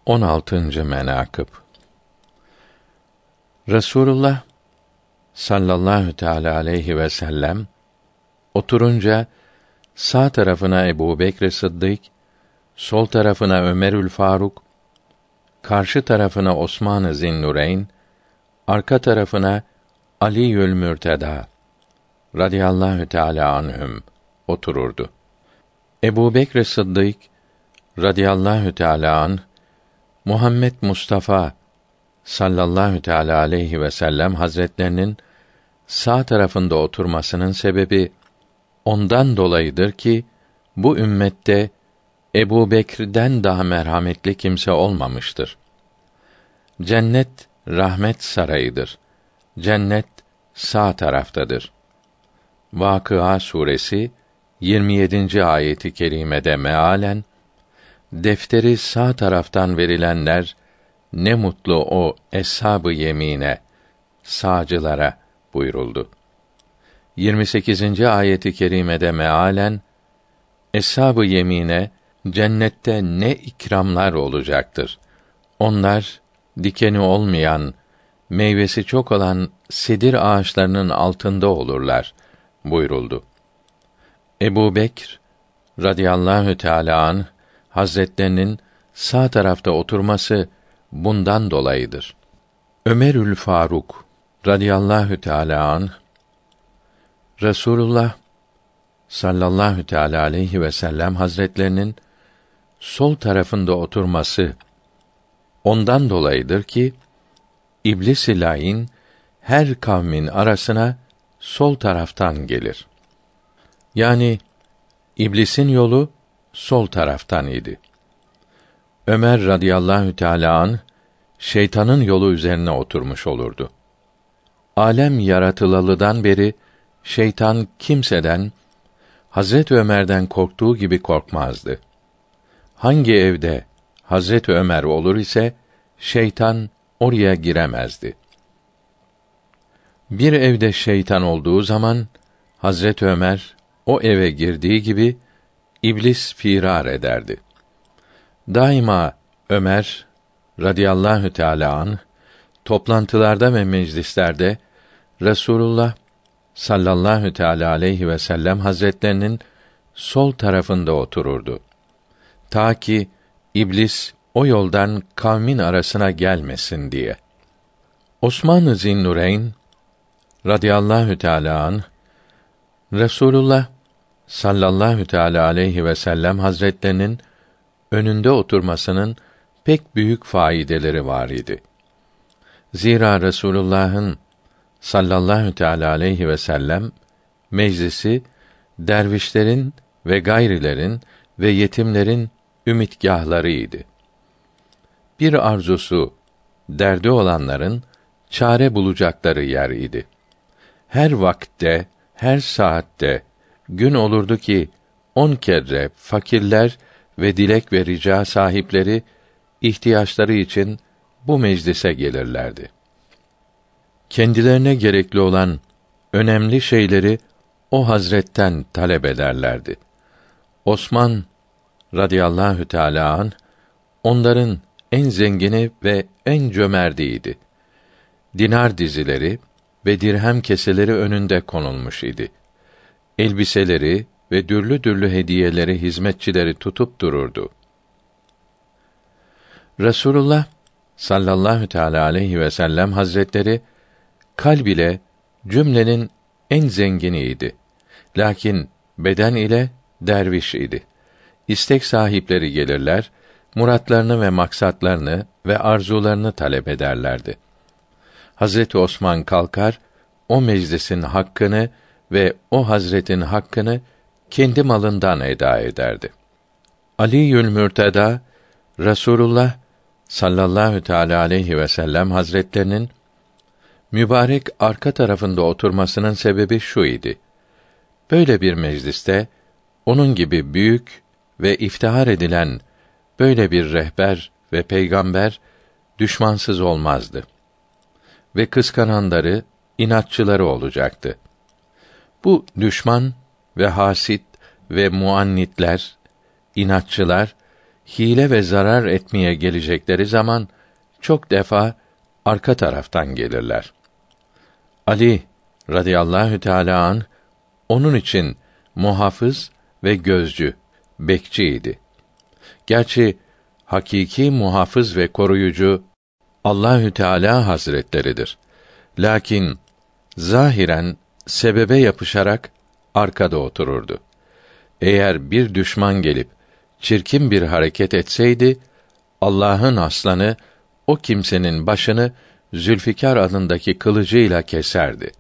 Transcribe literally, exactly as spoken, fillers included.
on altıncı menakıb. Resulullah sallallahu teâlâ aleyhi ve sellem oturunca sağ tarafına Ebubekr Sıddık, sol tarafına Ömerül Faruk, karşı tarafına Osman-ı Zinnureyn, arka tarafına Ali'ül Mürtedâ radıyallahu teâlâ anhüm otururdu. Ebubekr Sıddık radıyallahu teâlâ anh, Muhammed Mustafa sallallahu teâlâ aleyhi ve sellem hazretlerinin sağ tarafında oturmasının sebebi ondan dolayıdır ki bu ümmette Ebubekir'den daha merhametli kimse olmamıştır. Cennet rahmet sarayıdır. Cennet sağ taraftadır. Vakıa suresi yirmi yedinci ayeti kerimede mealen, defteri sağ taraftan verilenler ne mutlu o eshab-ı yemine, sağcılara buyuruldu. yirmi sekizinci ayeti kerimede mealen, eshab-ı yemine cennette ne ikramlar olacaktır. Onlar dikeni olmayan, meyvesi çok olan sedir ağaçlarının altında olurlar buyuruldu. Ebubekr radıyallahu teâlâ anh hazretlerinin sağ tarafta oturması bundan dolayıdır. Ömerül Faruk radıyallahu teâlâ anh, Resulullah sallallahu teâlâ aleyhi ve sellem hazretlerinin sol tarafında oturması ondan dolayıdır ki İblis-i lâin her kavmin arasına sol taraftan gelir. Yani İblisin yolu sol taraftan idi. Ömer radıyallahu teâlâ anh, şeytanın yolu üzerine oturmuş olurdu. Alem yaratılalıdan beri şeytan kimseden, Hazret Ömer'den korktuğu gibi korkmazdı. Hangi evde Hazret Ömer olur ise şeytan oraya giremezdi. Bir evde şeytan olduğu zaman Hazret Ömer o eve girdiği gibi iblis firar ederdi. Daima Ömer radıyallahu teâlâ anh toplantılarda ve meclislerde Resulullah sallallahu teâlâ aleyhi ve sellem hazretlerinin sol tarafında otururdu. Ta ki iblis o yoldan kavmin arasına gelmesin diye. Osman-ı Zinnureyn radıyallahu teâlâ anh, Resulullah sallallahu teâlâ aleyhi ve sellem hazretlerinin önünde oturmasının pek büyük faydeleri var idi. Zira Resulullah'ın sallallahu teâlâ aleyhi ve sellem meclisi dervişlerin ve gayrilerin ve yetimlerin ümitgâhlarıydı. Bir arzusu, derdi olanların çare bulacakları yer idi. Her vakitte, her saatte gün olurdu ki on kere fakirler ve dilek ve rica sahipleri ihtiyaçları için bu meclise gelirlerdi. Kendilerine gerekli olan önemli şeyleri o hazretten talep ederlerdi. Osman radıyallahu teâlâ anh onların en zengini ve en cömertiydi. Dinar dizileri ve dirhem keseleri önünde konulmuş idi. Elbiseleri ve dürlü dürlü hediyeleri hizmetçileri tutup dururdu. Resulullah sallallahu teâlâ aleyhi ve sellem hazretleri kalb ile cümlenin en zenginiydi. Lakin beden ile derviş idi. İstek sahipleri gelirler, muratlarını ve maksatlarını ve arzularını talep ederlerdi. Hazreti Osman kalkar, o meclisin hakkını ve o hazretin hakkını kendi malından eda ederdi. Ali'ül Mürtedâ Resulullah sallallahu teâlâ aleyhi ve sellem hazretlerinin mübarek arka tarafında oturmasının sebebi şu idi. Böyle bir mecliste onun gibi büyük ve iftihar edilen böyle bir rehber ve peygamber düşmansız olmazdı. Ve kıskananları, inatçıları olacaktı. Bu düşman ve hasit ve muannitler, inatçılar hile ve zarar etmeye gelecekleri zaman çok defa arka taraftan gelirler. Ali radıyallahu teâlâ anh onun için muhafız ve gözcü, bekçiydi. Gerçi hakiki muhafız ve koruyucu Allahü Teala Hazretleridir. Lakin zahiren sebebe yapışarak arkada otururdu. Eğer bir düşman gelip çirkin bir hareket etseydi, Allah'ın aslanı o kimsenin başını Zülfikar adındaki kılıcıyla keserdi.